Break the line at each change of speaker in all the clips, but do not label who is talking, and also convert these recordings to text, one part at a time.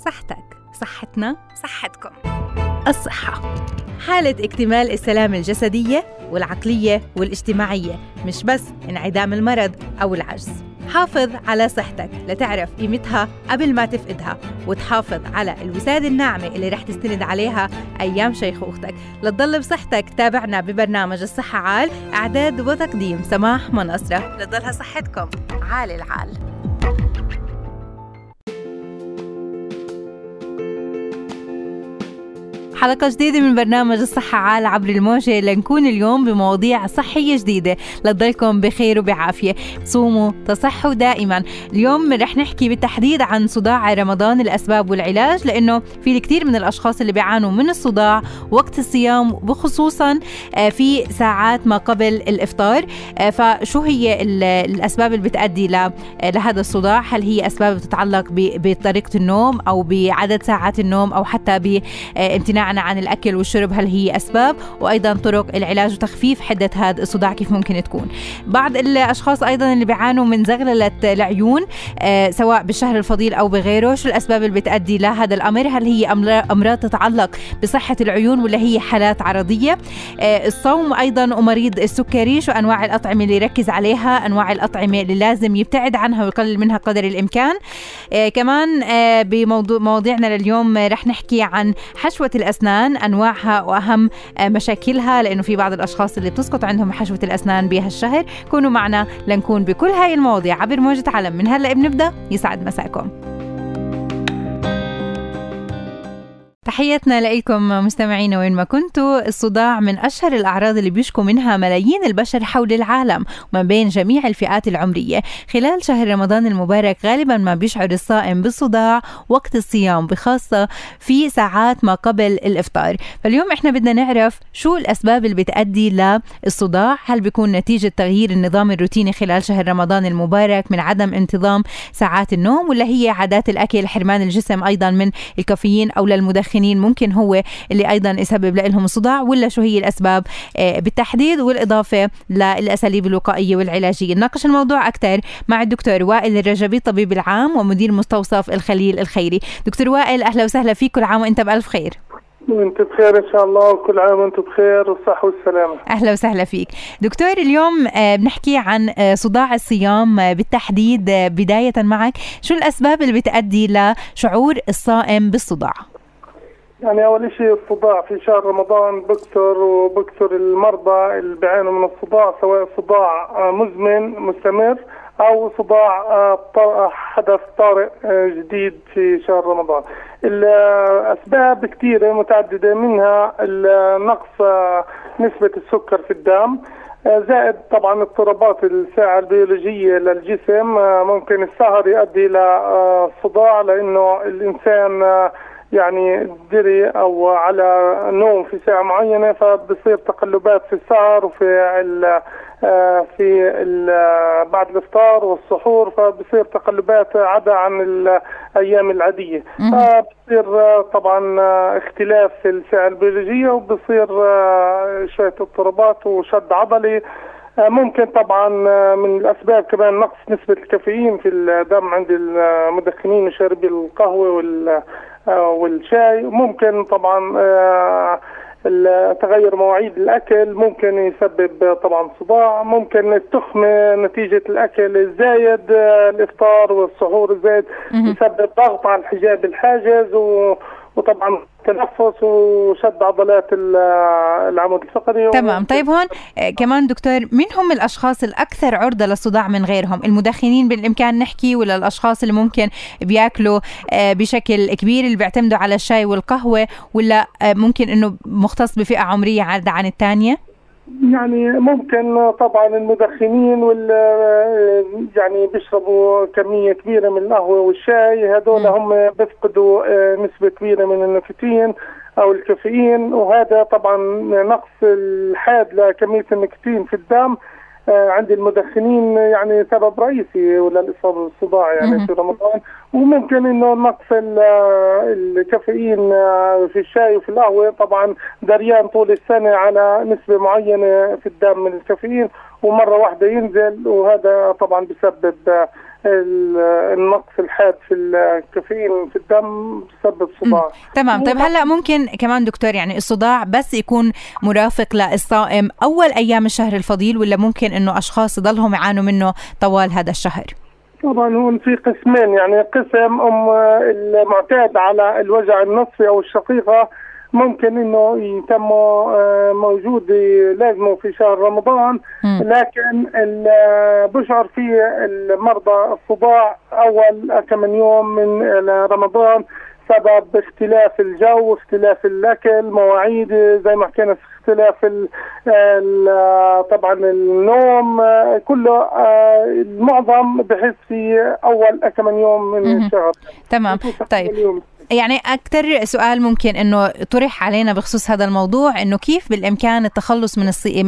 صحتك، صحتنا، صحتكم. الصحة حالة اكتمال السلامة الجسدية والعقلية والاجتماعية، مش بس انعدام المرض أو العجز. حافظ على صحتك لتعرف قيمتها قبل ما تفقدها، وتحافظ على الوسادة الناعمة اللي رح تستند عليها أيام شيخوختك. لتضل بصحتك تابعنا ببرنامج الصحة عال، إعداد وتقديم سماح منصرة. لتضلها صحتكم عال العال. حلقة جديدة من برنامج الصحة عال عبر الموجة، لنكون اليوم بمواضيع صحية جديدة. لتضلكم بخير وبعافية، صوموا تصحوا دائما. اليوم رح نحكي بالتحديد عن صداع رمضان، الأسباب والعلاج، لأنه في الكثير من الأشخاص اللي بيعانوا من الصداع وقت الصيام، بخصوصا في ساعات ما قبل الإفطار. فشو هي الأسباب اللي بتؤدي لهذا الصداع؟ هل هي أسباب تتعلق بطريقة النوم أو بعدد ساعات النوم أو حتى بامتناعنا عن الأكل والشرب؟ هل هي أسباب؟ وأيضا طرق العلاج وتخفيف حدة هذا الصداع كيف ممكن تكون. بعض الأشخاص أيضا اللي بيعانوا من زغللة العيون سواء بالشهر الفضيل أو بغيره، شو الأسباب اللي بتؤدي لهذا الأمر؟ هل هي أمراض تتعلق بصحة العيون ولا هي حالات عرضية؟ الصوم أيضا ومريض السكري، شو أنواع الأطعمة اللي يركز عليها؟ أنواع الأطعمة اللي لازم يبتعد عنها ويقلل منها قدر الإمكان. كمان بمواضيعنا لليوم رح نحكي عن حشوة الأسنان، أنواعها وأهم مشاكلها، لأنه في بعض الأشخاص اللي بتسقط عندهم حشوة الأسنان بهالشهر. كونوا معنا لنكون بكل هاي المواضيع عبر موجة عالم. من هلأ بنبدأ، يسعد مساكم. تحياتنا لكم مستمعينا وين ما كنتوا. الصداع من أشهر الأعراض اللي بيشكو منها ملايين البشر حول العالم وما بين جميع الفئات العمرية. خلال شهر رمضان المبارك غالبا ما بيشعر الصائم بالصداع وقت الصيام، بخاصة في ساعات ما قبل الإفطار. فاليوم احنا بدنا نعرف شو الأسباب اللي بتؤدي للصداع. هل بيكون نتيجة تغيير النظام الروتيني خلال شهر رمضان المبارك من عدم انتظام ساعات النوم، ولا هي عادات الأكل، حرمان الجسم أيضا من الكافيين أو للمدخنين ممكن هو اللي أيضا يسبب لهم الصداع، ولا شو هي الأسباب بالتحديد، والإضافة للأساليب الوقائية والعلاجية؟ نناقش الموضوع أكثر مع الدكتور وائل الرجبي، طبيب العام ومدير مستوصف الخليل الخيري. دكتور وائل، أهلا وسهلا فيك، كل عام وأنت بألف خير.
وانت بخير ان شاء الله، وكل عام وانت بخير والصحة والسلامة.
اهلا وسهلا فيك دكتور. اليوم بنحكي عن صداع الصيام بالتحديد. بداية معك، شو الأسباب اللي بتؤدي لشعور الصائم بالصداع؟
يعني أول شيء الصداع في شهر رمضان بكثر المرضى اللي بيعانوا من الصداع، سواء صداع مزمن مستمر أو صداع حدث طارئ جديد في شهر رمضان. الأسباب كثيرة متعددة، منها نقص نسبة السكر في الدم، زائد طبعا اضطرابات الساعة البيولوجية للجسم. ممكن السهر يؤدي إلى الصداع، لأنه الإنسان يعني دري أو على نوم في ساعة معينة، فبصير تقلبات في السهر وفي بعد الإفطار والسحور، فبصير تقلبات عدا عن الأيام العادية. فبصير طبعا اختلاف في الساعة البيولوجية، وبصير شوية اضطرابات وشد عضلي. ممكن طبعا من الأسباب كمان نقص نسبة الكافيين في الدم عند المدخنين وشاربي القهوة والشاي. ممكن طبعا تغير مواعيد الأكل ممكن يسبب طبعا صداع. ممكن التخمة نتيجة الأكل الزايد، الإفطار والسحور الزايد يسبب ضغط على الحجاب الحاجز، وطبعا تنفس وشد عضلات العمود الفقري.
تمام. طيب هون كمان دكتور، مين هم الأشخاص الأكثر عرضة للصداع من غيرهم؟ المدخنين بالإمكان نحكي، ولا الأشخاص اللي ممكن بياكلوا بشكل كبير، اللي بيعتمدوا على الشاي والقهوة، ولا ممكن إنه مختص بفئة عمرية عادة عن الثانية؟
يعني ممكن طبعا المدخنين يعني بيشربوا كمية كبيرة من القهوة والشاي، هذول هم بيفقدوا نسبة كبيرة من النيكوتين أو الكافيين، وهذا طبعا نقص الحاد لكمية النيكوتين في الدم عند المدخنين يعني سبب رئيسي للإصابة بالصداع يعني في رمضان. وممكن إنه نقص الكافيين في الشاي وفي القهوة، طبعا دريان طول السنة على نسبة معينة في الدم من الكافيين، ومرة واحدة ينزل، وهذا طبعا بسبب النقص الحاد في الكافيين في الدم بسبب صداع.
تمام. طيب هلا ممكن كمان دكتور يعني الصداع بس يكون مرافق للصائم أول أيام الشهر الفضيل، ولا ممكن إنه أشخاص يضلهم يعانوا منه طوال هذا الشهر؟
طبعا هون في قسمين، يعني قسم المعتاد على الوجع النصفي أو الشقيقة ممكن انه يتم موجود لازمه في شهر رمضان، لكن بشعر فيه المرضى الصداع اول كم من يوم من رمضان سبب اختلاف الجو، اختلاف الاكل، مواعيد زي ما حكينا، اختلاف طبعا النوم، كله المعظم بحس في اول كم من يوم من الشهر.
تمام. طيب يعني أكثر سؤال ممكن إنه طرح علينا بخصوص هذا الموضوع، إنه كيف بالإمكان التخلص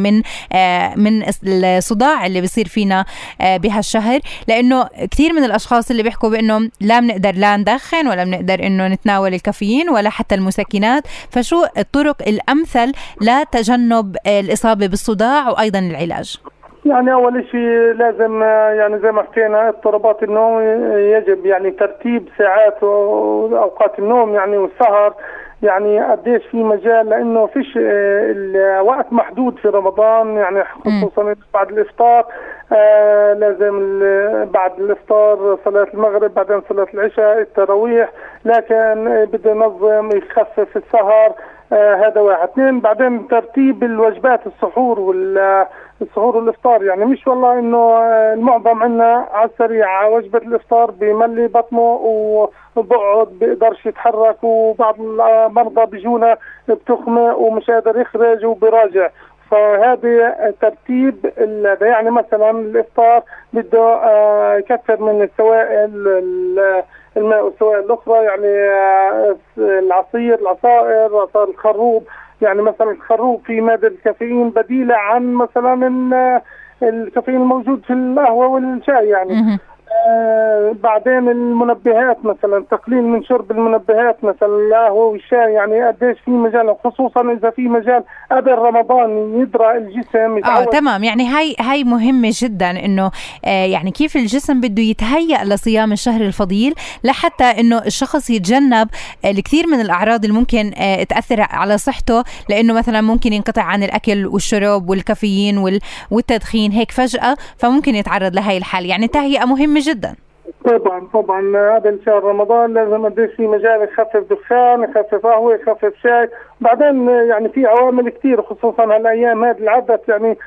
من الصداع اللي بيصير فينا بهالشهر، لأنه كثير من الأشخاص اللي بيحكوا بإنه لا بنقدر لا ندخن ولا بنقدر إنه نتناول الكافيين ولا حتى المسكنات، فشو الطرق الأمثل لتجنب الإصابة بالصداع وأيضا العلاج؟
يعني أول شيء لازم يعني زي ما حكينا اضطرابات النوم يجب يعني ترتيب ساعات وأوقات النوم يعني والسهر، يعني قديش في مجال، لأنه فيش الوقت محدود في رمضان، يعني خصوصا بعد الإفطار لازم بعد الإفطار صلاة المغرب، بعدين صلاة العشاء، التراويح، لكن بده ينظم يخفف السهر. هذا واحد. اثنين، بعدين ترتيب الوجبات، السحور والإفطار، يعني مش والله إنه المعظم عندنا على السريع وجبة الإفطار بملي بطنه وبقعد بيقدرش يتحرك، وبعض المرضى بيجونا بتخمة ومش قادر يخرج وبراجع. فهذه ترتيب يعني مثلا الإفطار بده يكثر من السوائل، الماء والسوائل الأخرى، يعني العصائر، عصائر الخروب، يعني مثلا الخروب في مادة الكافيين بديلة عن مثلا الكافيين الموجود في القهوة والشاي يعني. بعدين المنبهات، مثلا تقليل من شرب المنبهات مثلا القهوة والشاي، يعني قديش في مجال، خصوصا إذا في مجال قبل رمضان يدرى الجسم
تمام. يعني هاي مهمة جدا، إنه يعني كيف الجسم بده يتهيأ لصيام الشهر الفضيل، لحتى إنه الشخص يتجنب الكثير من الأعراض اللي ممكن تأثر على صحته، لأنه مثلا ممكن ينقطع عن الأكل والشرب والكافيين والتدخين هيك فجأة، فممكن يتعرض لهاي الحال. يعني تهيئة مهمة جدا.
طبعا قبل شهر رمضان لازم قديش في مجال يخفف دخان، يخفف قهوة، يخفف شاي. بعدين يعني في عوامل كتير، خصوصا هالايام هذه العدد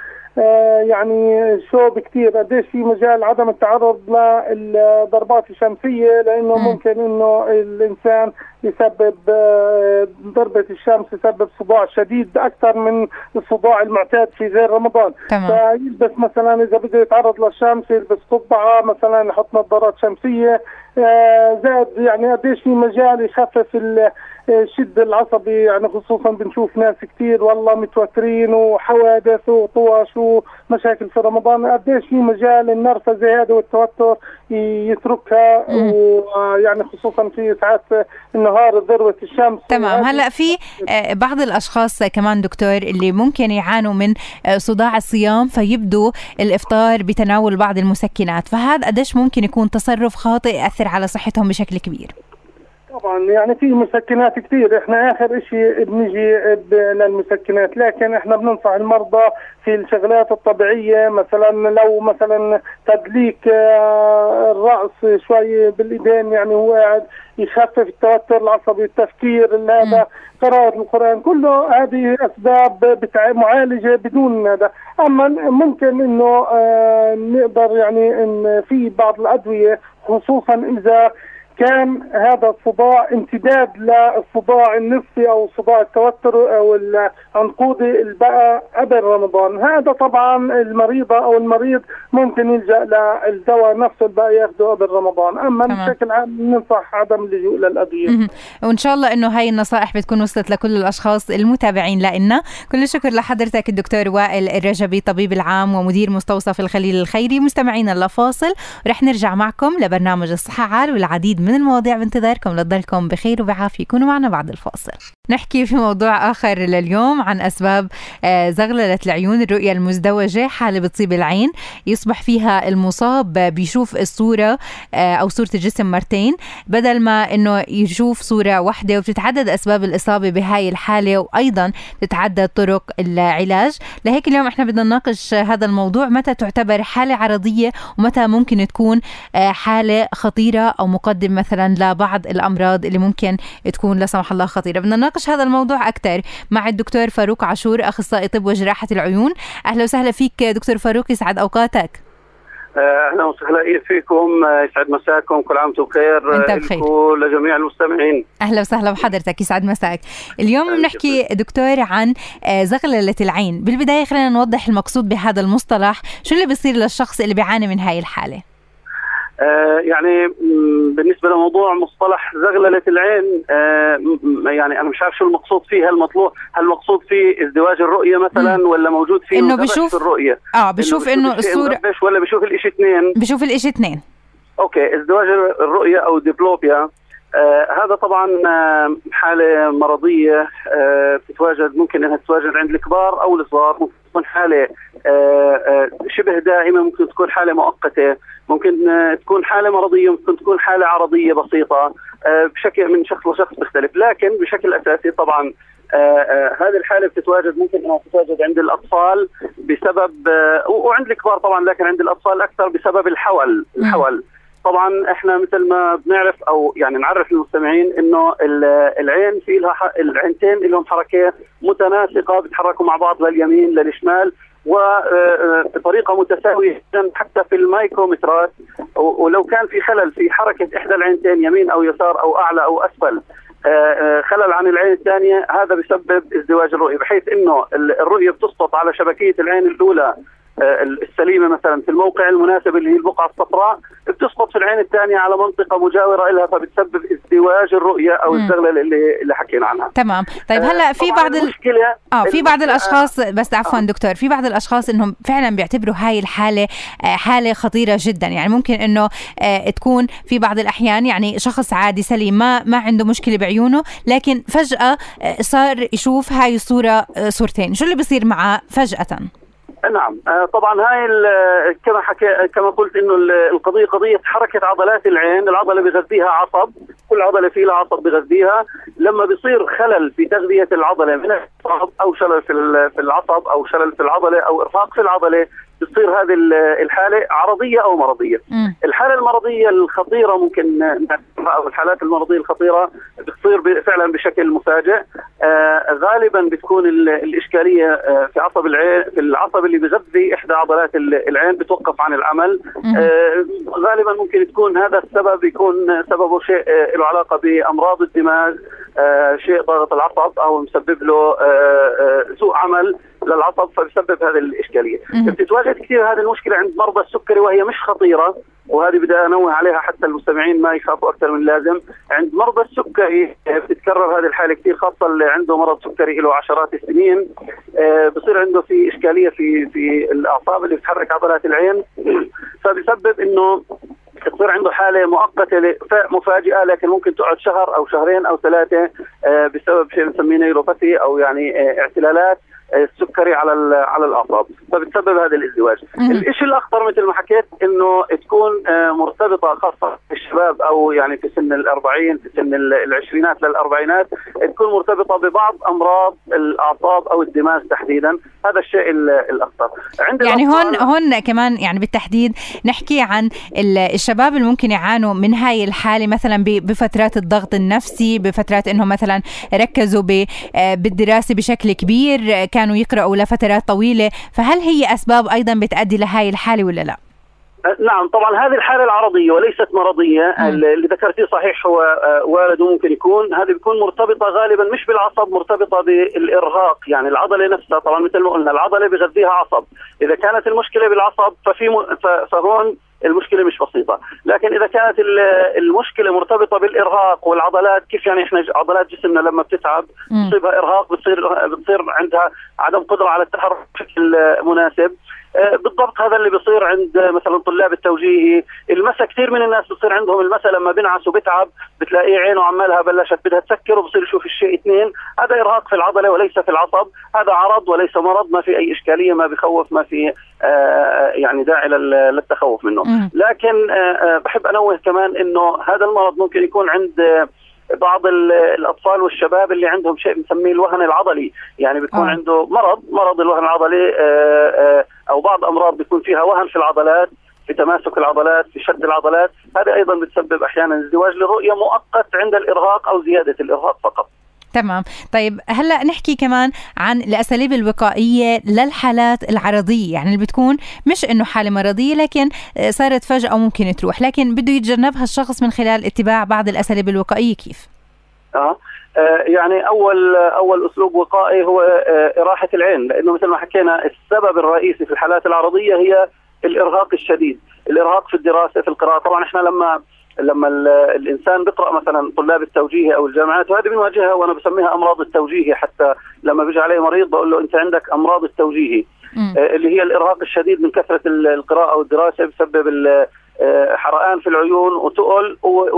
يعني شوب كتير، قديش في مجال عدم التعرض للضربات الشمسية، لأنه ممكن إنه الإنسان يسبب ضربة الشمس يسبب صداع شديد أكثر من الصداع المعتاد في غير رمضان. فيلبس مثلا إذا بده يتعرض للشمس يلبس قبعة مثلا، يحط نظارات شمسية. زاد يعني قديش في مجال يخفف الشد العصبي، يعني خصوصا بنشوف ناس كتير والله متوترين وحوادث وطوش ومشاكل في رمضان، قديش في مجال النرفزة هذا والتوتر يتركها، ويعني خصوصا في ساعات النهار ذروة الشمس.
تمام. هلا في بعض الأشخاص كمان دكتور اللي ممكن يعانوا من صداع الصيام، فيبدو الإفطار بتناول بعض المسكنات، فهذا قديش ممكن يكون تصرف خاطئ يأثر على صحتهم بشكل كبير؟
طبعا يعني في مسكنات كثير، احنا اخر شيء بنيجي للمسكنات، لكن احنا بننصح المرضى في الشغلات الطبيعية، مثلا لو مثلا تدليك الرأس شوي بالايدين، يعني هو قاعد يخفف التوتر العصبي، التفكير، هذا قراءة القرآن، كله هذه اسباب معالجة بدون هذا. اما ممكن انه نقدر يعني ان في بعض الادوية، خصوصا اذا كان هذا الصداع امتداد للصداع النصفي او صداع التوتر او العنقودي اللي بقى قبل رمضان، هذا طبعا المريضة او المريض ممكن يلجأ للدواء نفسه اللي بقى ياخده قبل رمضان. اما بشكل عام ننصح عدم اللجوء للأدوية.
وان شاء الله انه هاي النصائح بتكون وصلت لكل الاشخاص المتابعين لنا. كل الشكر لحضرتك الدكتور وائل الرجبي، طبيب العام ومدير مستوصف الخليل الخيري. مستمعينا لفاصل، رح نرجع معكم لبرنامج الصحة عال والعديد من من المواضيع بانتظاركم لتضلكم بخير وبعافية. كونوا معنا بعد الفاصل. نحكي في موضوع آخر لليوم عن أسباب زغللة العيون، الرؤية المزدوجة، حالة بتصيب العين يصبح فيها المصاب بيشوف الصورة أو صورة الجسم مرتين بدل ما إنه يشوف صورة واحدة، وبتتعدد أسباب الإصابة بهاي الحالة، وأيضا تتعدد طرق العلاج. لهيك اليوم إحنا بدنا نناقش هذا الموضوع، متى تعتبر حالة عرضية ومتى ممكن تكون حالة خطيرة أو مقدم مثلا لبعض الأمراض اللي ممكن تكون لا سمح الله خطيرة. بدنا نناقش هذا الموضوع أكثر مع الدكتور فاروق عاشور، أخصائي طب وجراحة العيون. أهلا وسهلا فيك دكتور فاروق، يسعد أوقاتك.
أهلا وسهلا فيكم، يسعد مساكم، كل عام وانتم بخير.
أنت بخير
لجميع المستمعين.
أهلا وسهلا بحضرتك، يسعد مساك. اليوم بنحكي دكتور عن زغللة العين. بالبداية خلينا نوضح المقصود بهذا المصطلح، شو اللي بيصير للشخص اللي بيعاني من هاي الحالة؟
يعني بالنسبة لموضوع مصطلح زغللة العين، يعني أنا مش عارف شو المقصود فيه. هل المقصود فيه ازدواج الرؤية مثلا، ولا موجود فيه
إنه بيشوف
الرؤية؟
بيشوف إنه الصورة،
ولا بيشوف الإشي اثنين؟
بيشوف الإشي اثنين.
أوكي، ازدواج الرؤية أو ديبلوبيا، هذا طبعا حالة مرضية بتتواجد، ممكن أنها تتواجد عند الكبار أو الصغار. ممكن تكون حالة شبه دائمة، ممكن تكون حالة مؤقتة، ممكن تكون حالة مرضية، ممكن تكون حالة عرضية بسيطة، بشكل من شخص لشخص بيختلف. لكن بشكل أساسي طبعا هذه الحالة بتتواجد، ممكن أنها تتواجد عند الأطفال بسبب، وعند الكبار طبعا، لكن عند الأطفال أكثر بسبب الحول. طبعا احنا مثل ما بنعرف او يعني نعرف للمستمعين انه العين في لها العينتين لهم حركه متناسقه، بيتحركوا مع بعض لليمين للشمال وبطريقه متساويه جدا حتى في المايكرومترات. ولو كان في خلل في حركه احدى العينتين يمين او يسار او اعلى او اسفل، خلل عن العين الثانيه، هذا بيسبب ازدواج الرؤيه، بحيث انه الرؤيه بتسقط على شبكيه العين الاولى السليمة مثلا في الموقع المناسب اللي هي البقعة الصفراء، بتسقط في العين الثانية على منطقة مجاورة لها، فبتسبب ازدواج الرؤية أو الزغللة اللي حكينا عنها.
تمام. طيب هلا في بعض في بعض الأشخاص، بس عفوا دكتور، في بعض الأشخاص إنهم فعلا بيعتبروا هاي الحالة حالة خطيرة جدا. يعني ممكن إنه تكون في بعض الأحيان يعني شخص عادي سليم ما عنده مشكلة بعيونه، لكن فجأة صار يشوف هاي الصورة صورتين. شو اللي بيصير معه فجأة؟
نعم، طبعا هاي كما قلت انه القضيه قضيه حركه عضلات العين. العضله بغذيها عصب، كل عضله فيها لها عصب بغذيها. لما بيصير خلل في تغذيه العضله من العصب او شلل في العصب او شلل في العضله او ارهاق في العضله، بتصير هذه الحالة عرضية أو مرضية. الحالة المرضية الخطيرة ممكن نعتبرها، أو الحالات المرضية الخطيرة بتصير فعلا بشكل مفاجئ. غالبا بتكون الإشكالية في عصب العين، في العصب اللي بيغذي إحدى عضلات العين، بتوقف عن العمل. غالبا ممكن تكون هذا السبب يكون سببه شيء له علاقة بأمراض الدماغ، شيء ضغط العصب أو مسبب له سوء عمل للعصب، فبسبب هذه الإشكالية. بتتواجد كثير هذه المشكلة عند مرضى السكري، وهي مش خطيرة، وهذه بدي أنوه عليها حتى المستمعين ما يخافوا أكثر من اللازم. عند مرضى السكري بتتكرر هذه الحالة كثير، خاصة اللي عنده مرض سكري له عشرات السنين. بصير عنده في إشكالية في الأعصاب اللي بتحرك عضلات العين، فبسبب إنه تصير عنده حالة مؤقتة مفاجئة، لكن ممكن تقعد شهر أو شهرين أو ثلاثة بسبب شيء نسميه نيوروباثي أو يعني اعتلالات السكري على الأعصاب، فبتسبب هذا الازدواج. الشيء الأخطر مثل ما حكيت إنه تكون مرتبطة، خاصة في الشباب أو يعني في سن 40، في سن العشرينات للأربعينات، تكون مرتبطة ببعض أمراض الأعصاب أو الدماغ تحديدا. هذا الشيء الأخطر.
يعني هون كمان يعني بالتحديد نحكي عن الشباب اللي ممكن يعانوا من هاي الحالة، مثلا بفترات الضغط النفسي، بفترات إنهم مثلا ركزوا بالدراسة بشكل كبير، كانوا يقرأوا لفترات طويلة، فهل هي أسباب أيضا بتؤدي لهاي الحالة ولا لا؟
نعم طبعا هذه الحالة العرضية وليست مرضية. اللي ذكرتيه صحيح، هو وارد وممكن يكون هذه بتكون مرتبطة غالبا مش بالعصب، مرتبطة بالإرهاق. يعني العضلة نفسها طبعا مثل ما قلنا العضلة بغذيها عصب، إذا كانت المشكلة بالعصب فهون المشكلة مش بسيطة. لكن إذا كانت المشكلة مرتبطة بالإرهاق والعضلات، كيف يعني إحنا عضلات جسمنا لما بتتعب بتصيبها إرهاق، بتصير عندها عدم قدرة على التحرك بشكل مناسب. بالضبط هذا اللي بيصير عند مثلا طلاب التوجيهي. المسا كثير من الناس بصير عندهم المسا لما بنعس وبتعب بتلاقيه عينه عمالها بلشت بدها تسكر وبصير يشوف الشيء اثنين. هذا إرهاق في العضلة وليس في العصب، هذا عرض وليس مرض، ما في أي إشكالية، ما بخوف، ما في يعني داعي للتخوف منه. لكن بحب أنوه كمان إنه هذا المرض ممكن يكون عند بعض الأطفال والشباب اللي عندهم شيء بنسميه الوهن العضلي، يعني بيكون عنده مرض الوهن العضلي، أو بعض أمراض بيكون فيها وهن في العضلات، في تماسك العضلات، في شد العضلات. هذا أيضا بتسبب أحيانا ازدواج للرؤية مؤقت عند الإرهاق أو زيادة الإرهاق فقط.
تمام. طيب هلأ نحكي كمان عن الأساليب الوقائية للحالات العرضية، يعني اللي بتكون مش إنه حالة مرضية لكن صارت فجأة ممكن تروح، لكن بده يتجنبها الشخص من خلال اتباع بعض الأساليب الوقائية. كيف؟
يعني أول أسلوب وقائي هو إراحة العين، لأنه مثل ما حكينا السبب الرئيسي في الحالات العرضية هي الإرهاق الشديد، الإرهاق في الدراسة، في القراءة. طبعا إحنا لما الإنسان بيقرأ مثلا طلاب التوجيه أو الجامعات، وهذه بنواجهها وأنا بسميها أمراض التوجيه، حتى لما بيجي عليه مريض بقول له أنت عندك أمراض التوجيه اللي هي الإرهاق الشديد من كثرة القراءة والدراسة، بسبب حرقان في العيون وتقل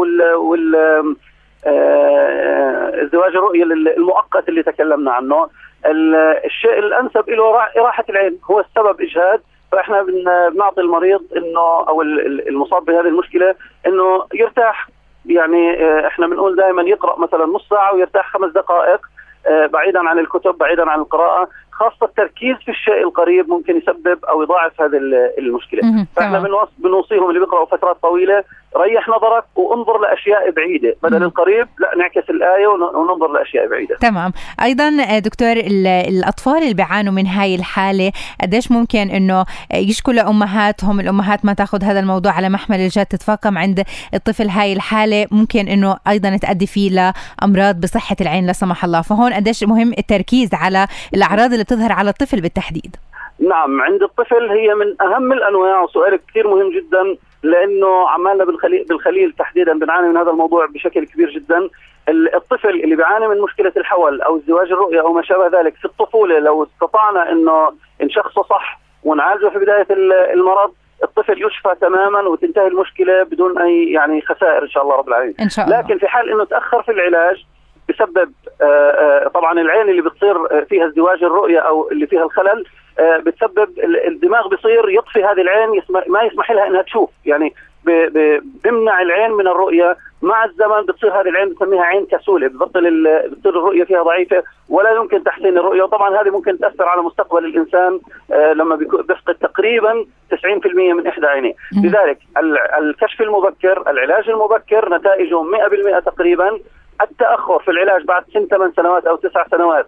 ازدواج الرؤية المؤقت اللي تكلمنا عنه. الشيء الأنسب له إراحة العين، هو السبب إجهاد. فإحنا بنعطي المريض إنه أو المصاب بهذه المشكلة إنه يرتاح، يعني إحنا بنقول دائما يقرأ مثلا نص ساعة ويرتاح 5 دقائق بعيدا عن الكتب، بعيدا عن القراءة، خاصة التركيز في الشيء القريب ممكن يسبب أو يضاعف هذه المشكلة. فإحنا بنوصيهم اللي بيقرأوا فترات طويلة ريح نظرك وانظر لأشياء بعيدة بدل القريب، لا نعكس الآية وننظر لأشياء بعيدة.
تمام. أيضا دكتور، الأطفال اللي بيعانوا من هاي الحالة قديش ممكن إنه يشكوا لأمهاتهم، الأمهات ما تاخذ هذا الموضوع على محمل الجد، تتفاقم عند الطفل هاي الحالة، ممكن إنه أيضا تؤدي فيه لأمراض بصحة العين لا سمح الله. فهون قديش مهم التركيز على الأعراض اللي بتظهر على الطفل بالتحديد.
نعم، عند الطفل هي من أهم الأنواع، وسؤال كثير مهم جدا، لأنه عمالنا بالخليل تحديدا بنعاني من هذا الموضوع بشكل كبير جدا. الطفل اللي بيعاني من مشكلة الحول أو ازدواج الرؤية أو ما شابه ذلك في الطفولة، لو استطعنا إنه نشخصه صح ونعالجه في بداية المرض، الطفل يشفى تماما وتنتهي المشكلة بدون أي يعني خسائر إن شاء الله رب العالمين.
إن شاء الله.
لكن في حال إنه تأخر في العلاج بسبب طبعا العين اللي بتصير فيها ازدواج الرؤية أو اللي فيها الخلل، بتسبب الدماغ بيصير يطفي هذه العين، ما يسمح لها انها تشوف، يعني بيمنع العين من الرؤية. مع الزمن بتصير هذه العين بنسميها عين كسولة، بتصير الرؤية فيها ضعيفة ولا يمكن تحسين الرؤية. وطبعا هذه ممكن تأثر على مستقبل الإنسان لما بيفقد تقريبا 90% من إحدى عينيه. لذلك الكشف المبكر، العلاج المبكر نتائجه 100% تقريبا. التأخر في العلاج بعد 8 سنوات أو 9 سنوات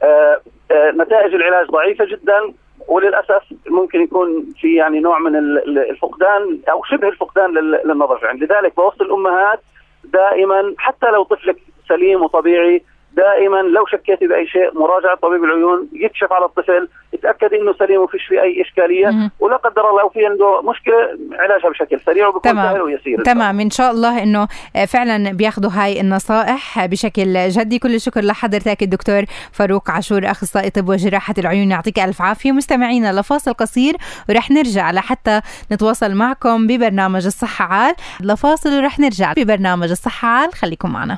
نتائج العلاج ضعيفة جدا، وللأسف ممكن يكون في يعني نوع من الفقدان أو شبه الفقدان للنظر في العين. لذلك بوصي الأمهات دائما، حتى لو طفلك سليم وطبيعي، دائما لو شكيتي بأي شيء مراجعة طبيب العيون، يكشف على الطفل، يتأكدي إنه سليم وفيش فيه أي إشكالية، ولا قدر الله لو في عنده مشكلة علاجها بشكل سريع وبكون سهل ويسير.
تمام. إن شاء الله إنه فعلا بياخدوا هاي النصائح بشكل جدي. كل الشكر لحضرتك الدكتور فاروق عاشور، أخصائي طب وجراحة العيون، يعطيك ألف عافية. مستمعينا لفاصل قصير ورح نرجع لحتى نتواصل معكم ببرنامج الصحة عال. لفاصل ورح نرجع ببرنامج الصحة عال، خليكم معنا.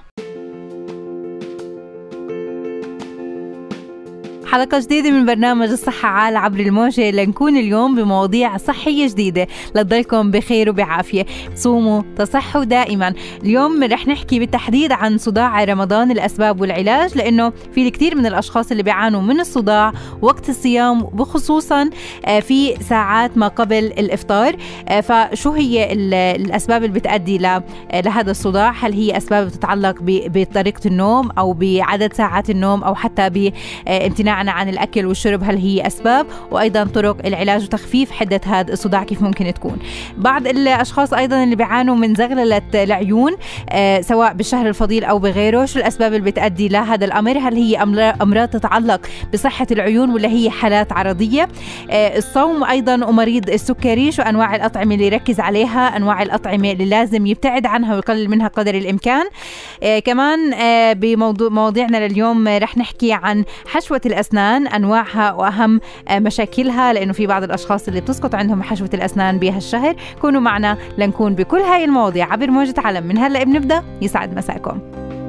حلقة جديدة من برنامج الصحة عال عبر الموجة، لنكون اليوم بمواضيع صحية جديدة لتضلكم بخير وبعافية. صوموا تصحوا دائما. اليوم رح نحكي بالتحديد عن صداع رمضان، الأسباب والعلاج، لأنه في الكثير من الأشخاص اللي بيعانوا من الصداع وقت الصيام، بخصوصا في ساعات ما قبل الإفطار. فشو هي الأسباب اللي بتؤدي لهذا الصداع؟ هل هي أسباب تتعلق بطريقة النوم أو بعدد ساعات النوم أو حتى بامتناع عن الأكل والشرب؟ هل هي أسباب؟ وأيضا طرق العلاج وتخفيف حدة هذا الصداع كيف ممكن تكون. بعض الأشخاص أيضا اللي بيعانوا من زغللة العيون سواء بالشهر الفضيل أو بغيره، شو الأسباب اللي بتؤدي لهذا الأمر؟ هل هي أمراض تتعلق بصحة العيون ولا هي حالات عرضية؟ الصوم أيضا ومريض السكري، شو أنواع الأطعمة اللي يركز عليها، أنواع الأطعمة اللي لازم يبتعد عنها ويقلل منها قدر الإمكان. كمان بموضوعنا لليوم رح نحكي عن حشوة الأسنان الأسنان، أنواعها وأهم مشاكلها، لأنه في بعض الأشخاص اللي بتسقط عندهم حشوة الأسنان بهالشهر. كونوا معنا لنكون بكل هاي المواضيع عبر موجة علم. من هلأ بنبدأ. يسعد مساءكم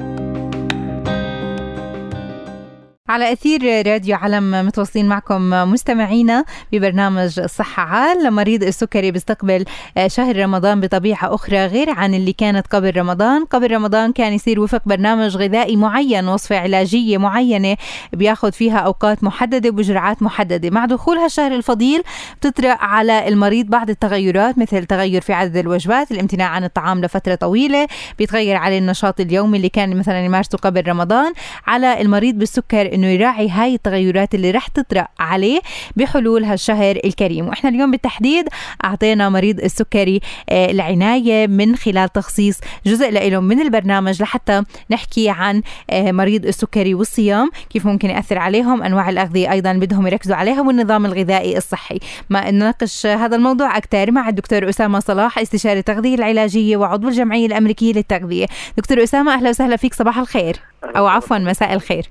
على أثير راديو علم. متواصلين معكم مستمعينا ببرنامج الصحة عال. لمريض السكري بيستقبل شهر رمضان بطبيعة أخرى غير عن اللي كانت قبل رمضان. قبل رمضان كان يصير وفق برنامج غذائي معين، وصفة علاجية معينة بياخد فيها أوقات محددة وبجرعات محددة. مع دخول هالشهر الفضيل بتطرأ على المريض بعض التغيرات، مثل تغير في عدد الوجبات، الامتناع عن الطعام لفترة طويلة، بيتغير عليه النشاط اليومي اللي كان مثلا يمارسه قبل رمضان. على المريض بالسكر انه يراعي هاي التغيرات اللي رح تطرأ عليه بحلول هالشهر الكريم. واحنا اليوم بالتحديد اعطينا مريض السكري العناية من خلال تخصيص جزء له من البرنامج لحتى نحكي عن مريض السكري والصيام، كيف ممكن يأثر عليهم، انواع الأغذية ايضا بدهم يركزوا عليها، والنظام الغذائي الصحي. ما نناقش هذا الموضوع اكثر مع الدكتور أسامة صلاح، استشاري التغذية العلاجية وعضو الجمعية الأمريكية للتغذية. دكتور أسامة اهلا وسهلا فيك، صباح الخير او عفوا مساء الخير.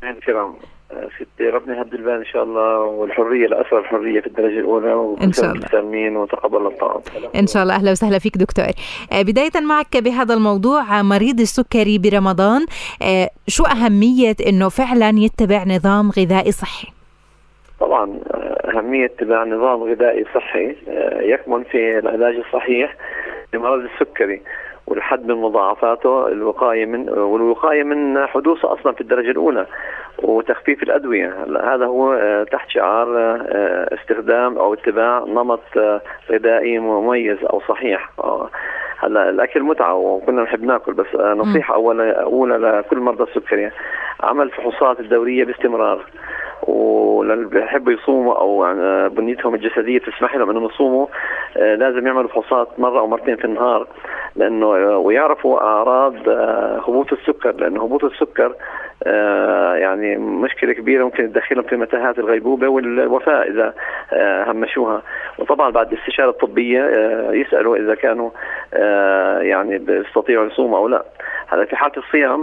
ستي ربنا يهدي البال ان شاء الله، والحريه لاسرى الحريه في الدرجه الاولى، وان شاء الله السالمين وتقبل الطعام
ان شاء الله. اهلا وسهلا فيك دكتور. بدايه معك بهذا الموضوع، مريض السكري برمضان، شو اهميه انه فعلا يتبع نظام غذائي صحي؟
طبعا اهميه اتباع نظام غذائي صحي يكمن في العلاج الصحيح لمرض السكري، والحد من مضاعفاته، والوقاية من حدوثه أصلا في الدرجة الأولى، وتخفيف الأدوية. هذا هو تحت شعار استخدام أو اتباع نمط غذائي مميز أو صحيح. هلا الأكل متعة وكنا نحب ناكل، بس نصيحة أولى لكل مرضى السكري: عمل فحوصات الدورية باستمرار، وللي بيحبوا يصوموا او بنيتهم الجسديه تسمح لهم انهم يصوموا لازم يعملوا فحوصات مره او مرتين في النهار، لانه ويعرفوا اعراض هبوط السكر، لانه هبوط السكر يعني مشكله كبيره ممكن تدخلهم في متاهات الغيبوبه والوفاه اذا همشوها. وطبعا بعد الاستشاره الطبيه يسالوا اذا كانوا يعني بيستطيعوا يصوموا او لا. هذا في حاله الصيام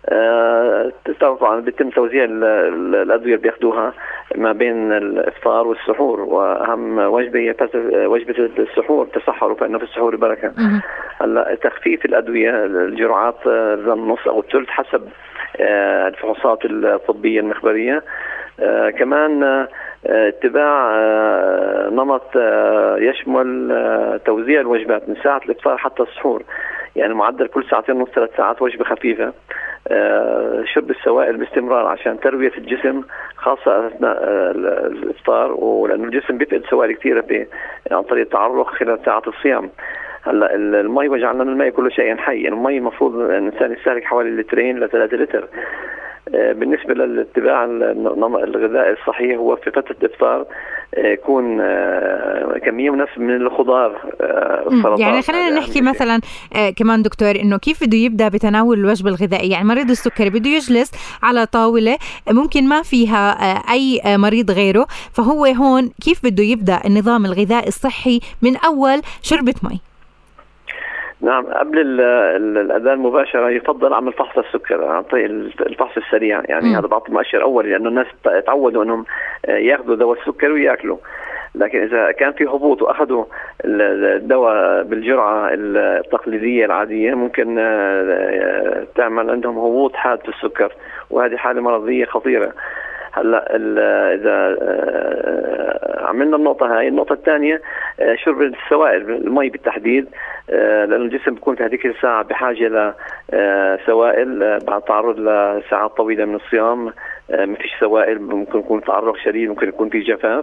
طبعا بيتم توزيع الادويه اللي بياخذوها ما بين الافطار والسحور، واهم وجبه هي وجبه السحور، تسحروا فانه في السحور بركه. هلا تخفيف الادويه، الجرعات النص او الثلث حسب الفحوصات الطبيه المخبريه. كمان اتباع نمط يشمل توزيع الوجبات من ساعه الافطار حتى السحور، يعني معدل كل ساعتين ونص 3 ساعات وجبه خفيفه. شرب السوائل باستمرار عشان ترويه الجسم، خاصه اثناء الافطار، ولانه الجسم بيفقد سوائل كثيره عن طريق التعرق خلال ساعات الصيام. هلا المي، وجعلنا من المي كل شيء حي، يعني المي المفروض الانسان يستهلك حوالي 2 ل 3 لتر. بالنسبه للاتباع الغذائي الصحيح، هو في فتره الافطار يكون كميه مناسبه من الخضار.
يعني خلينا نحكي مثلا كمان دكتور انه كيف بده يبدا بتناول الوجبه الغذائيه. يعني مريض السكري بده يجلس على طاوله ممكن ما فيها اي مريض غيره، فهو هون كيف بده يبدا النظام الغذائي الصحي من اول شربة مي؟
نعم، قبل الأذان مباشرة يفضل عمل فحص السكر عن طريق الفحص السريع، يعني هذا بعطي مؤشر أولي، لأنه الناس تعودوا أنهم يأخذوا دواء السكر ويأكلوا. لكن إذا كان في هبوط وأخذوا الدواء بالجرعة التقليدية العادية، ممكن تعمل عندهم هبوط حاد في السكر، وهذه حالة مرضية خطيرة. هلا اذا عملنا النقطه هاي، النقطه الثانيه شرب السوائل، المي بالتحديد، لانه الجسم بيكون في هذيك الساعه بحاجه لسوائل بعد تعرض لساعات طويله من الصيام. ما فيش سوائل، ممكن يكون تعرق شديد، ممكن يكون في جفاف،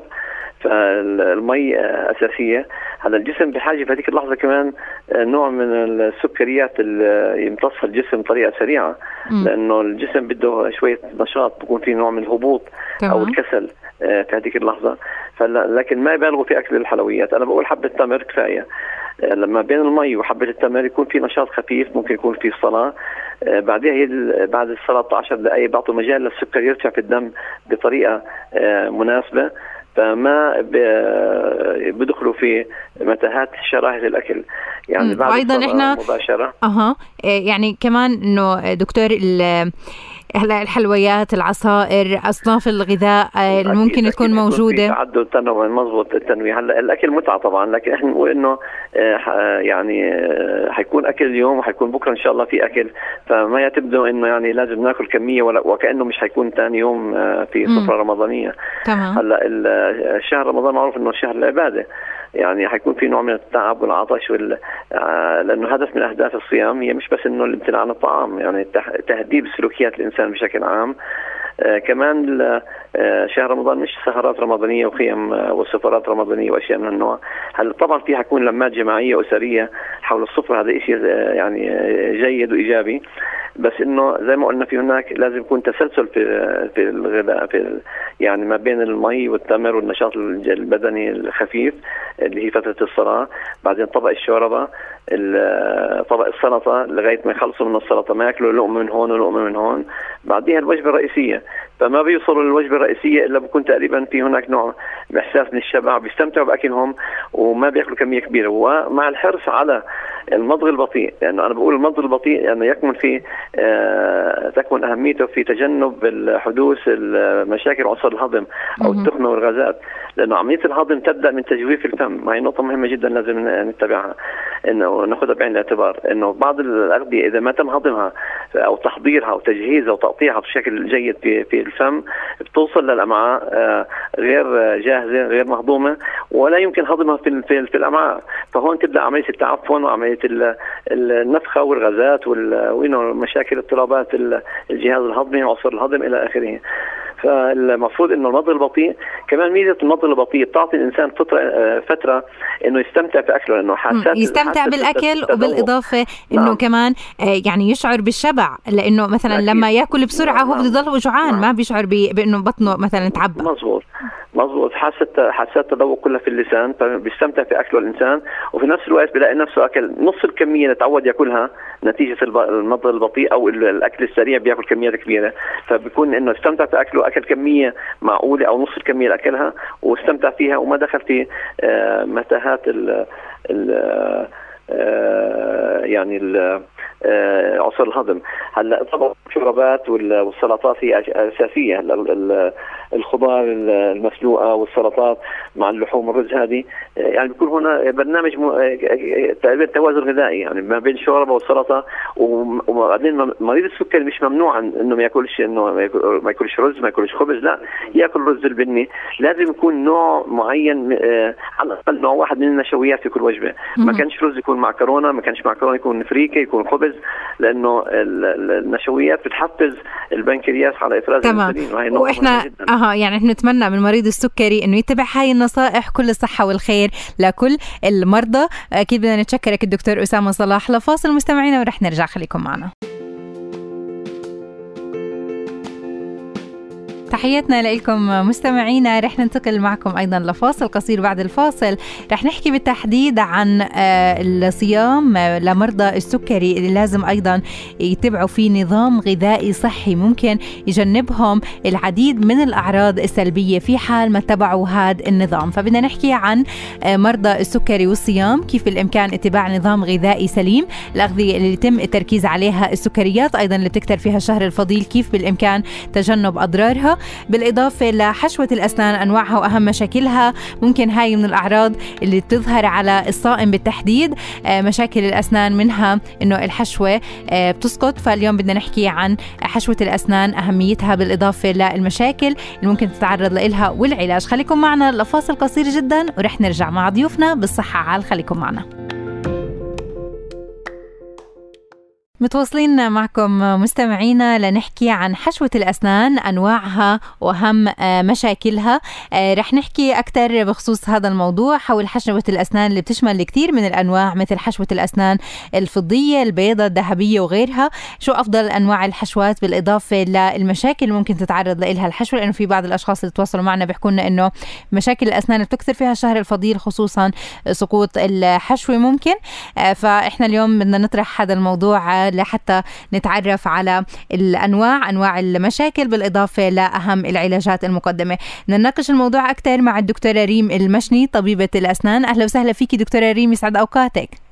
فالمي اساسيه. هذا الجسم بحاجه في هذيك اللحظه كمان نوع من السكريات اللي يمتصها الجسم بطريقه سريعه، لانه الجسم بده شويه نشاط، بيكون في نوع من الهبوط او الكسل في هذيك اللحظه. لكن ما يبالغوا في اكل الحلويات. انا بقول حبه تمر كفايه. لما بين المي وحبه التمر يكون في نشاط خفيف، ممكن يكون في الصلاه. بعدها بعد الصلاه 10 دقائق بعطوا مجال للسكر يرجع في الدم بطريقه مناسبه، فما بدخلوا في متاهات شراهة الأكل. يعني بعد
أيضا إحنا
مباشرة
يعني كمان إنه دكتور هلا الحلويات، العصائر، أصناف الغذاء اللي ممكن تكون موجودة.
تعدد التنوع، مضبوط التنويع. هلا الأكل متعة طبعا، لكن احنا نقول إنه يعني حيكون أكل اليوم وحيكون بكرة إن شاء الله في أكل، فما تبدو إنه يعني لازم ناكل كمية وكأنه مش حيكون ثاني يوم في سفرة رمضانية.
تمام.
هلا شهر رمضان معروف إنه شهر العبادة، يعني حيكون في نوع من التعب والعطش لأنه هدف من أهداف الصيام هي مش بس إنه الامتناع عن الطعام، يعني تهذيب سلوكيات الإنسان بشكل عام. كمان شهر رمضان مش سهرات رمضانية وخيم وسفرات رمضانية وأشياء من النوع. هل طبعا في حيكون لمات جماعية أسرية حول السفرة، هذا شيء يعني جيد وإيجابي، بس إنه زي ما قلنا في هناك لازم يكون تسلسل في الغذاء، يعني ما بين المي والتمر والنشاط البدني الخفيف اللي هي فترة الصلاة، بعدين طبق الشوربة، طبق السلطة لغاية ما يخلصوا من السلطة، ما يأكلوا لقمة من هون ولقمة من هون، بعدين الوجبة الرئيسية. فما بيوصلوا للوجبة الرئيسية إلا بكون تقريبا في هناك نوع إحساس من الشبع، بيستمتعوا بأكلهم وما بيأكلوا كمية كبيرة، ومع الحرص على المضغ البطيء. لأنه يعني أنا بقول المضغ البطيء لأنه يعني يكمن في تكمن أهميته في تجنب حدوث المشاكل عنصر الهضم أو التخمة والغازات، لأنه عملية الهضم تبدأ من تجويف الفم. هي نقطة مهمة جدا لازم نتبعها، إنه نأخذها بعين الاعتبار، إنه بعض الأغذية إذا ما تم هضمها أو تحضيرها أو تجهيزها وتقطيعها بشكل جيد في الفم بتوصل للأمعاء غير جاهزة غير مهضومة، ولا يمكن هضمها في الأمعاء. فهون تبدأ عملية التعفن وعملية النفخة والغازات ومشاكل اضطرابات الجهاز الهضمي وعنصر الهضم إلى آخره. فالمفروض انه المضغ البطيء كمان، ميزه المضغ البطيء بتعطي الانسان فتره انه يستمتع باكله، لانه
يستمتع بالاكل، وبالاضافه انه كمان يعني يشعر بالشبع، لانه مثلا لما ياكل بسرعه هو بده يضل جوعان، ما بيشعر بانه بطنه مثلا تعبى.
مظبوط. حاسات التذوق كلها في اللسان، فبيستمتع في اكله الانسان، وفي نفس الوقت بيلاقي نفسه اكل نص الكميه اللي تعود ياكلها نتيجه المضغ البطيء او الاكل السريع، بياكل كميات كبيره، فبيكون انه استمتع في اكله، اكل كميه معقوله او نص الكميه اللي اكلها واستمتع فيها، وما دخل في متاهات يعني عنصر الهضم. هلا طبعا الشوربات والسلطات هي اساسيه. الخضار المسلوقه والسلطات مع اللحوم والرز، هذه يعني بيكون هنا برنامج تقريبا توازن غذائي، يعني ما بين الشوربه والسلطه. وبعدين مريض السكري مش ممنوع انه ما ياكلش ما ياكلش رز، ما ياكلش خبز، لا ياكل رز البني. لازم يكون نوع معين، على الاقل نوع واحد من النشويات في كل وجبه. ما كانش رز يكون معكرونه، ما كانش معكرونه يكون فريكه، يكون خبز، لانه النشويات بتحفز البنكرياس على افراز الانسولين، وهي نقطه
واحنا يعني احنا نتمنى من مريض السكري انه يتبع هاي النصائح. كل الصحه والخير لكل المرضى. اكيد بدنا نتشكرك الدكتور أسامة صلاح. لفاصل مستمعينا ورح نرجع، خليكم معنا. تحياتنا لكم مستمعينا. رح ننتقل معكم أيضا لفاصل قصير. بعد الفاصل رح نحكي بالتحديد عن الصيام لمرضى السكري اللي لازم أيضا يتبعوا فيه نظام غذائي صحي ممكن يجنبهم العديد من الأعراض السلبية في حال ما اتبعوا هذا النظام. فبدنا نحكي عن مرضى السكري والصيام، كيف بالإمكان اتباع نظام غذائي سليم، الأغذية اللي يتم التركيز عليها، السكريات أيضا اللي بتكتر فيها الشهر الفضيل كيف بالإمكان تجنب أضرارها، بالإضافة لحشوة الأسنان أنواعها وأهم مشاكلها. ممكن هاي من الأعراض اللي تظهر على الصائم بالتحديد، مشاكل الأسنان منها إنه الحشوة بتسقط. فاليوم بدنا نحكي عن حشوة الأسنان، أهميتها، بالإضافة للمشاكل اللي ممكن تتعرض لها والعلاج. خليكم معنا لفاصل قصير جدا ورح نرجع مع ضيوفنا بالصحة عال. خليكم معنا. متواصلين معكم مستمعينا لنحكي عن حشوة الأسنان، أنواعها وأهم مشاكلها. رح نحكي أكثر بخصوص هذا الموضوع حول حشوة الأسنان اللي بتشمل الكثير من الأنواع، مثل حشوة الأسنان الفضية، البيضة، الذهبية وغيرها. شو أفضل أنواع الحشوات، بالإضافة للمشاكل اللي ممكن تتعرض لها الحشوة، لأنه في بعض الأشخاص اللي تواصلوا معنا بيحكوا لنا إنه مشاكل الأسنان بتكثر فيها الشهر الفضيل، خصوصا سقوط الحشوة ممكن. فإحنا اليوم بدنا نطرح هذا الموضوع لحتى نتعرف على أنواع المشاكل، بالإضافة لأهم العلاجات المقدمة. نناقش الموضوع أكثر مع الدكتورة ريم المشني، طبيبة الأسنان. أهلا وسهلا فيكي دكتورة ريم، يسعد أوقاتك.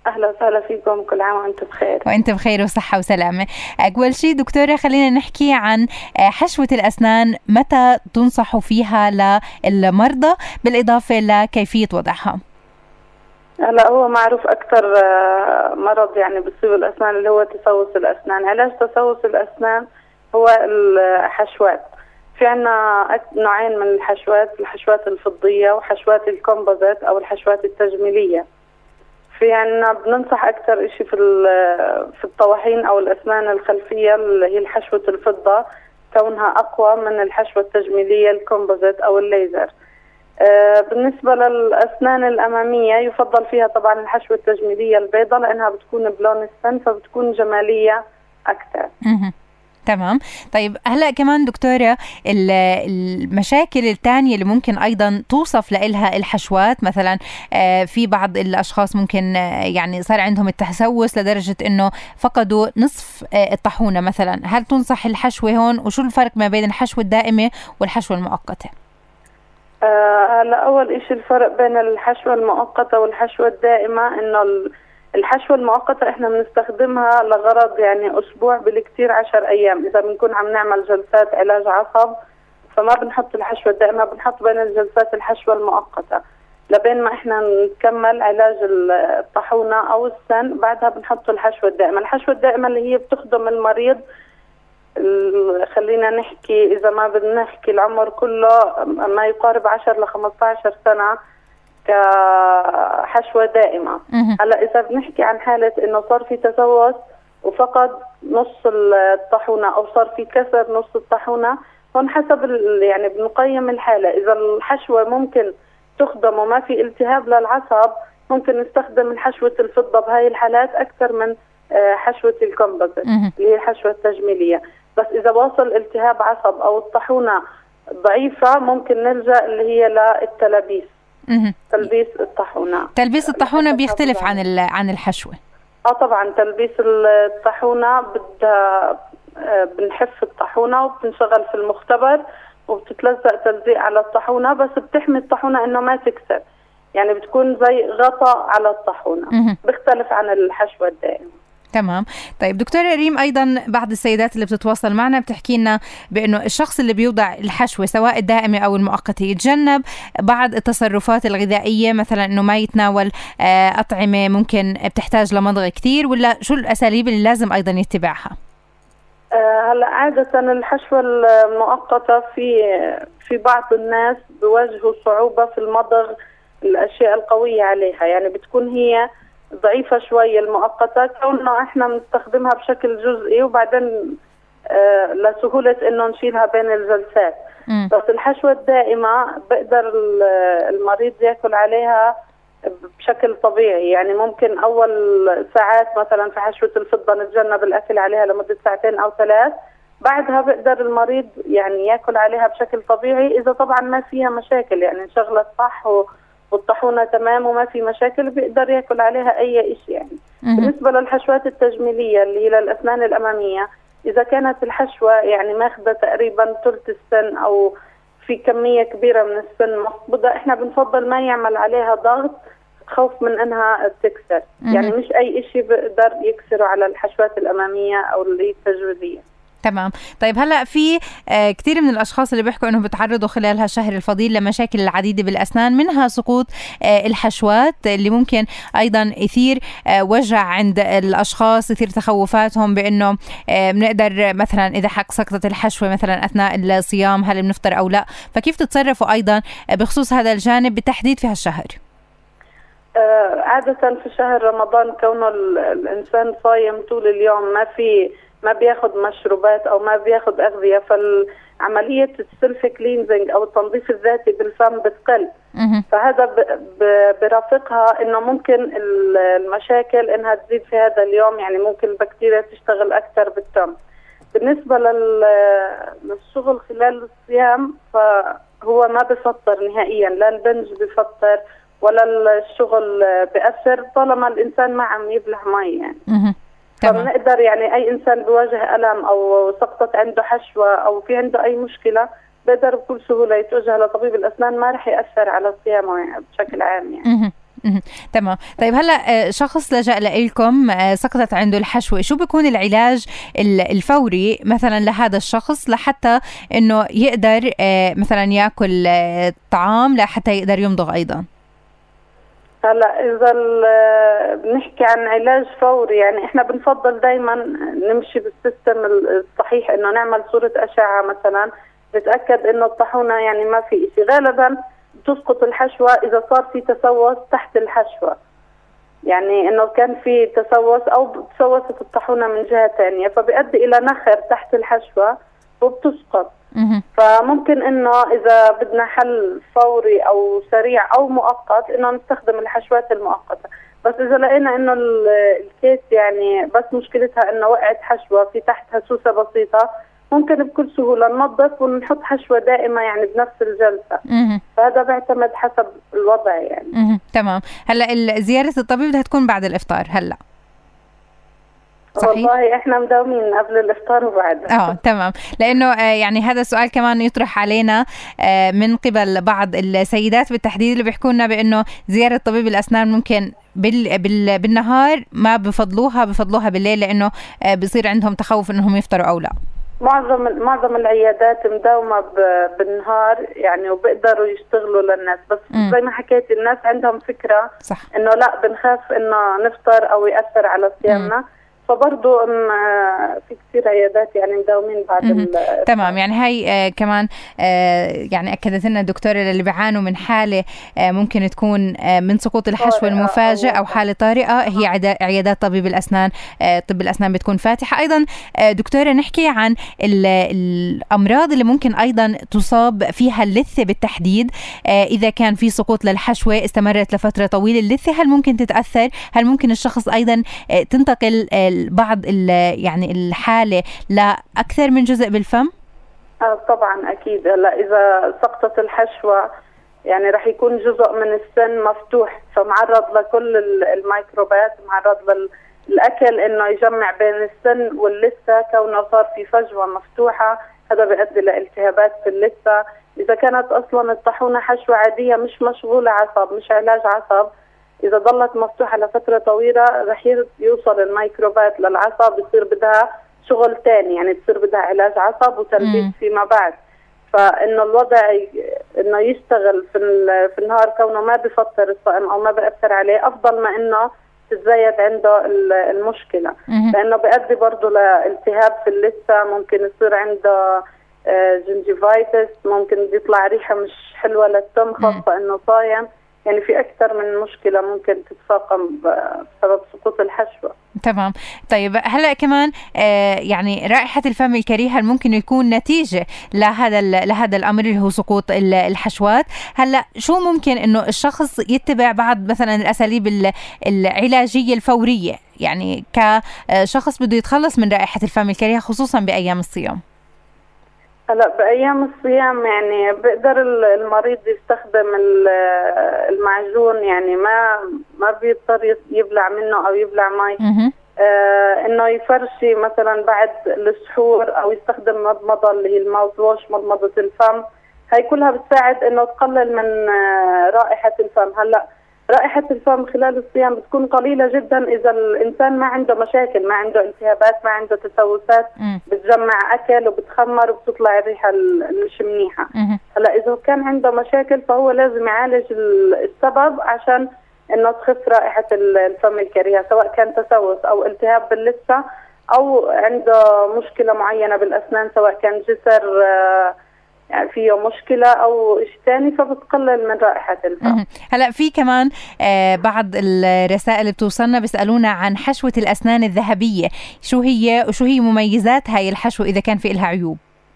أهلا وسهلا فيكم، كل عام وأنتم بخير.
وأنت بخير وصحة وسلامة. أول شيء دكتورة خلينا نحكي عن حشوة الأسنان، متى تنصح فيها للمرضى بالإضافة لكيفية وضعها؟
هلا هو معروف أكثر مرض يعني بيصيب الأسنان اللي هو تسوس الأسنان. علاج تسوس الأسنان هو الحشوات. في عنا نوعين من الحشوات، الحشوات الفضية وحشوات الكومبوزيت أو الحشوات التجميلية. في عنا بننصح أكثر إشي في الطواحين أو الأسنان الخلفية اللي هي الحشوة الفضة، كونها أقوى من الحشوة التجميلية الكومبوزيت أو الليزر. بالنسبة للأسنان الأمامية يفضل فيها طبعا الحشوة التجميلية البيضاء، لأنها بتكون بلون السن فبتكون جمالية أكثر.
تمام. طيب هلأ كمان دكتورة المشاكل الثانية اللي ممكن أيضا توصف لإلها الحشوات، مثلا في بعض الأشخاص ممكن يعني صار عندهم التسوس لدرجة إنه فقدوا نصف الطاحونة مثلا، هل تنصح الحشوة هون؟ وشو الفرق ما بين الحشوة الدائمة والحشوة المؤقتة؟
هلا أول إشي الفرق بين الحشوة المؤقتة والحشوة الدائمة إنه الحشوة المؤقتة احنا بنستخدمها لغرض يعني اسبوع بالكثير 10 ايام، اذا بنكون عم نعمل جلسات علاج عصب فما بنحط الحشوة الدائمة، بنحط بين الجلسات الحشوة المؤقتة لبين ما احنا نكمل علاج الطاحونة او السن، بعدها بنحط الحشوة الدائمة. الحشوة الدائمة اللي هي بتخدم المريض، خلينا نحكي اذا ما بدنا نحكي العمر كله ما يقارب 10 ل 15 سنة كحشوة دائمة. هلا إذا بنحكي عن حالة إنه صار في تسوس وفقد نص الطاحونة أو صار في كسر نص الطاحونة، هون حسب يعني بنقيم الحالة. إذا الحشوة ممكن تخدم وما في التهاب للعصب ممكن نستخدم الحشوة الفضة بهاي الحالات أكثر من حشوة الكومبوزيت اللي هي الحشوة التجميلية. بس إذا وصل التهاب عصب أو الطاحونة ضعيفة ممكن نلجأ اللي هي للتلابيس. تلبيس الطاحونة.
تلبيس الطاحونة بيختلف عن الحشوة.
طبعا تلبيس الطاحونة بدها بنحف الطاحونة وبتنشغل في المختبر وبتتلزق تلزيق على الطاحونة، بس بتحمي الطاحونة انه ما تكسر، يعني بتكون زي غطاء على الطاحونة. بيختلف عن الحشوة الدائمة.
تمام. طيب دكتورة ريم، أيضا بعض السيدات اللي بتتواصل معنا بتحكي لنا بأنه الشخص اللي بيوضع الحشوة سواء الدائمة أو المؤقتة يتجنب بعض التصرفات الغذائية، مثلا أنه ما يتناول أطعمة ممكن بتحتاج لمضغ كتير، ولا شو الأساليب اللي لازم أيضا يتبعها؟
هلا عادة الحشوة المؤقتة في بعض الناس بيواجهوا صعوبة في المضغ الأشياء القوية عليها، يعني بتكون هي ضعيفة شوية المؤقتة، كوننا احنا بنستخدمها بشكل جزئي وبعدين لسهولة انه نشيلها بين الجلسات. بس الحشوة الدائمة بقدر المريض ياكل عليها بشكل طبيعي، يعني ممكن اول ساعات مثلا في حشوة الفضة نتجنب الاكل عليها لمدة 2 أو 3، بعدها بقدر المريض يعني ياكل عليها بشكل طبيعي، اذا طبعا ما فيها مشاكل، يعني انشغلت صح والطاحونة تمام وما في مشاكل بيقدر ياكل عليها اي شيء يعني. بالنسبة للحشوات التجميلية اللي هي للأسنان الأمامية، إذا كانت الحشوة يعني ماخذة تقريبا ثلث السن أو في كمية كبيرة من السن مفقودة، احنا بنفضل ما يعمل عليها ضغط خوف من انها تكسر. يعني مش اي شيء بيقدر يكسره على الحشوات الأمامية او اللي هي التجويزية.
تمام. طيب هلأ في كثير من الأشخاص اللي بيحكوا أنهم بتعرضوا خلال هالشهر الفضيل لمشاكل العديدة بالأسنان، منها سقوط الحشوات اللي ممكن أيضا يثير وجع عند الأشخاص، يثير تخوفاتهم بأنه بنقدر مثلا إذا سقطت الحشوة مثلا أثناء الصيام هل بنفطر أو لا، فكيف تتصرفوا أيضا بخصوص هذا الجانب بالتحديد في هالشهر؟
عادة في شهر رمضان كونه الإنسان صايم طول اليوم ما بياخد مشروبات او ما بياخد اغذيه، فعمليه السيلف كلينزنج او التنظيف الذاتي بالفم بتقل. فهذا برافقها انه ممكن المشاكل انها تزيد في هذا اليوم، يعني ممكن البكتيريا تشتغل اكثر بالتم. بالنسبه للشغل خلال الصيام فهو ما بفطر نهائيا، لا البنج بفطر ولا الشغل بأثر طالما الانسان ما عم يبلع مي يعني. فبنقدر يعني اي انسان بيواجه الم او سقطت عنده حشوه او في عنده اي مشكله بقدر بكل سهوله يتوجه لطبيب الاسنان، ما رح ياثر على صيامه يعني بشكل عام يعني.
تمام. طيب هلا شخص لجأ لكم سقطت عنده الحشوة، شو بيكون العلاج الفوري مثلا لهذا الشخص لحتى انه يقدر مثلا ياكل طعام لحتى يقدر يمضغ ايضا؟
هلا اذا بنحكي عن علاج فوري، يعني احنا بنفضل دائما نمشي بالسيستم الصحيح، انه نعمل صورة اشعة مثلا نتاكد انه الطاحونة يعني ما في شيء. غالبا بتسقط الحشوة اذا صار في تسوس تحت الحشوة، يعني انه كان في تسوس او تسوست الطاحونة من جهة ثانية فبيؤدي الى نخر تحت الحشوة وبتسقط. فممكن انه اذا بدنا حل فوري او سريع او مؤقت انه نستخدم الحشوات المؤقتة. بس اذا لقينا انه الكيس يعني بس مشكلتها انه وقعت حشوة في تحتها سوسة بسيطة، ممكن بكل سهولة ننظف ونحط حشوة دائمة يعني بنفس الجلسة. فهذا بيعتمد حسب الوضع يعني.
تمام. هلا زيارة الطبيب بدها تكون بعد الافطار هلا؟ صحيح؟
والله احنا مداومين قبل الافطار وبعد.
تمام، لانه يعني هذا السؤال كمان يطرح علينا من قبل بعض السيدات بالتحديد اللي بيحكوا لنا بانه زيارة طبيب الاسنان ممكن بالنهار ما بفضلوها بالليل، لانه بصير عندهم تخوف انهم يفطروا او لا.
معظم العيادات مداومة بالنهار يعني وبيقدروا يشتغلوا للناس، بس زي ما حكيت الناس عندهم فكرة صح. انه لا بنخاف انه نفطر او يأثر على صيامنا، فبرضه في كثير عيادات يعني مداومين بعد
تمام. يعني هاي كمان يعني أكدت لنا الدكتورة اللي بيعانوا من حالة ممكن تكون من سقوط الحشوة المفاجئ أو حالة طارئة، هي عيادات طبيب الأسنان. طب الأسنان بتكون فاتحة. أيضا دكتورة نحكي عن الأمراض اللي ممكن أيضا تصاب فيها اللثة بالتحديد. إذا كان في سقوط للحشوة استمرت لفترة طويلة، اللثة هل ممكن تتأثر؟ هل ممكن الشخص أيضا تنتقل بعض يعني الحالة لأكثر من جزء بالفم؟
طبعا أكيد. هلا إذا سقطت الحشوة يعني رح يكون جزء من السن مفتوح، فمعرض لكل الميكروبات، معرض للأكل إنه يجمع بين السن واللثة، كونه صار في فجوة مفتوحة هذا بيؤدي لالتهابات في اللثة. إذا كانت أصلا الطاحونة حشوة عادية مش مشغولة عصب، مش علاج عصب، إذا ظلت مفتوحة لفترة طويلة رح يوصل الميكروبات للعصب، يصير بدها شغل تاني، يعني تصير بدها علاج عصب وتلبيس فيما بعد. فإنه الوضع إنه يشتغل في النهار كونه ما بفطر الصائم أو ما بأثر عليه، أفضل ما إنه تتزايد عنده المشكلة، لأنه بيؤدي برضه لالتهاب في اللثة، ممكن يصير عنده جنجيفايتس، ممكن يطلع ريحة مش حلوة للتم خاصة إنه صايم. يعني في أكثر من مشكلة ممكن تتفاقم بسبب سقوط الحشوة.
تمام. طيب هلأ كمان يعني رائحة الفم الكريهة ممكن يكون نتيجة لهذا الأمر اللي هو سقوط الحشوات. هلأ شو ممكن إنه الشخص يتبع بعض مثلا الأساليب العلاجية الفورية، يعني كشخص بده يتخلص من رائحة الفم الكريهة خصوصا بأيام الصيام؟
هلا بأيام الصيام يعني بقدر المريض يستخدم المعجون، يعني ما بيضطر يبلع منه أو يبلع مي. إنه يفرشي مثلا بعد السحور أو يستخدم مضمضة اللي هي الماوث ووش، مضمضة الفم. هاي كلها بتساعد إنه تقلل من رائحة الفم. هلا رائحة الفم خلال الصيام بتكون قليلة جدا إذا الإنسان ما عنده مشاكل، ما عنده التهابات، ما عنده تسوسات بتجمع أكل وبتخمر وبتطلع الريحة مش منيحة. هلا إذا كان عنده مشاكل فهو لازم يعالج السبب عشان إنه تخف رائحة الفم الكريهة، سواء كان تسوس أو التهاب باللثة أو عنده مشكلة معينة بالأسنان، سواء كان جسر يعني فيه مشكلة أو شيء ثاني، فبتقلل من رائحة الفم.
هلأ في كمان بعض الرسائل اللي بتوصلنا بيسألونا عن حشوة الأسنان الذهبية، شو هي وشو هي مميزات هاي الحشوة إذا كان في إلها عيوب؟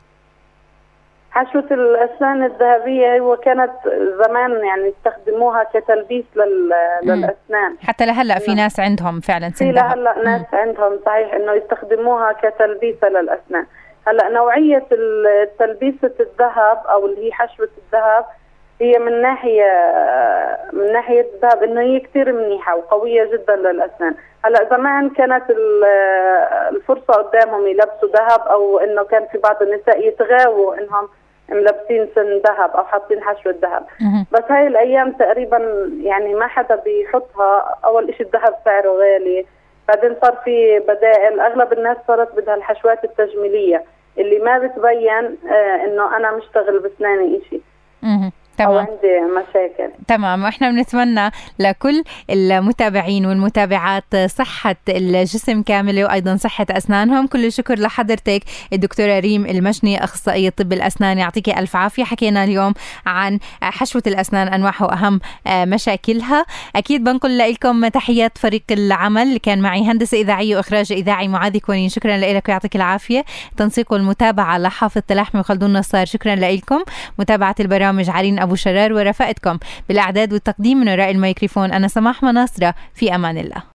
حشوة الأسنان الذهبية هو كانت زمان يعني يستخدموها كتلبيس للأسنان،
حتى لهلأ في ناس عندهم فعلا سن ذهب.
لهلأ ناس عندهم صحيح إنه يستخدموها كتلبيسة للأسنان. هلا نوعية تلبيسة الذهب أو اللي هي حشوة الذهب هي من ناحية الذهب إنه هي كثير منيحة وقوية جدا للأسنان. هلا زمان كانت الفرصة قدامهم يلبسوا ذهب، أو إنه كان في بعض النساء يتغاووا إنهم ملبسين سن ذهب او حاطين حشوه ذهب. بس هاي الايام تقريبا يعني ما حدا بيحطها. اول اشي الذهب سعره غالي، بعدين صار في بدائل. اغلب الناس صارت بدها الحشوات التجميليه اللي ما بتبين انه انا مشتغل باسناني اشي
تمام.
أو عندي مشاكل.
تمام. وإحنا بنتمنى لكل المتابعين والمتابعات صحة الجسم كاملة وأيضا صحة أسنانهم. كل الشكر لحضرتك الدكتورة ريم المشني، أخصائية طب الأسنان، يعطيك ألف عافية. حكينا اليوم عن حشوة الأسنان أنواعها وأهم مشاكلها. أكيد بنقل لكم تحيات فريق العمل اللي كان معي، هندسة إذاعية وإخراج إذاعي معاذ كونين، شكرا لك ويعطيك العافية. تنسيق والمتابعة لحافظ تلاحمي وخلدون نصار، شكرا لكم. متابعة البرامج عرين أبو شرار، ورفقتكم بالإعداد والتقديم من وراء الميكروفون أنا سماح مناصرة. في أمان الله.